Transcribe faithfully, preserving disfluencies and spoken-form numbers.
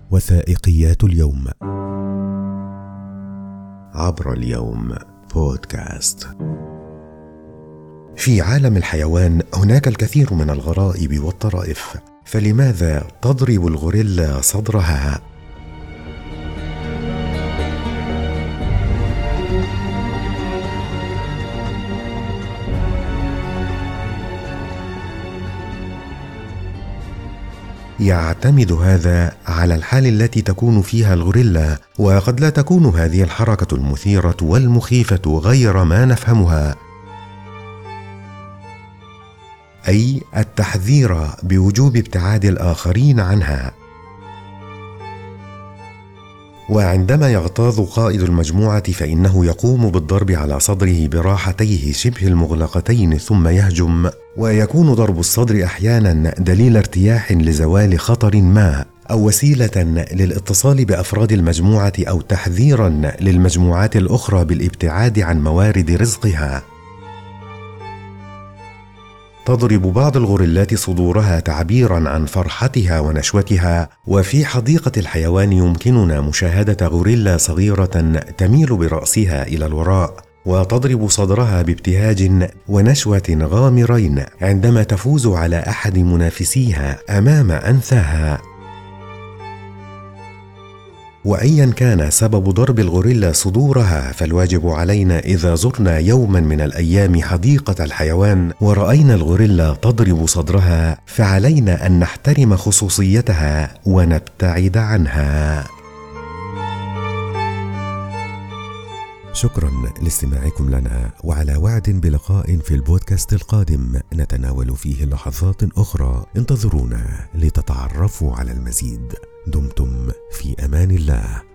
وثائقيات اليوم عبر اليوم بودكاست. في عالم الحيوان هناك الكثير من الغرائب والطرائف، فلماذا تضرب الغوريلا صدرها؟ يعتمد هذا على الحال التي تكون فيها الغوريلا، وقد لا تكون هذه الحركة المثيرة والمخيفة غير ما نفهمها، أي التحذير بوجوب ابتعاد الآخرين عنها. وعندما يغتاظ قائد المجموعة فإنه يقوم بالضرب على صدره براحتيه شبه المغلقتين ثم يهجم، ويكون ضرب الصدر أحيانا دليل ارتياح لزوال خطر ما، أو وسيلة للاتصال بأفراد المجموعة، أو تحذيرا للمجموعات الأخرى بالابتعاد عن موارد رزقها. تضرب بعض الغوريلات صدورها تعبيرا عن فرحتها ونشوتها، وفي حديقة الحيوان يمكننا مشاهدة غوريلا صغيرة تميل برأسها إلى الوراء وتضرب صدرها بابتهاج ونشوة غامرين عندما تفوز على أحد منافسيها أمام أنثاها. وأيا كان سبب ضرب الغوريلا صدورها، فالواجب علينا إذا زرنا يوما من الأيام حديقة الحيوان ورأينا الغوريلا تضرب صدرها، فعلينا أن نحترم خصوصيتها ونبتعد عنها. شكرا لاستماعكم لنا، وعلى وعد بلقاء في البودكاست القادم نتناول فيه لحظات أخرى. انتظرونا لتتعرفوا على المزيد. دمتم في أمان الله.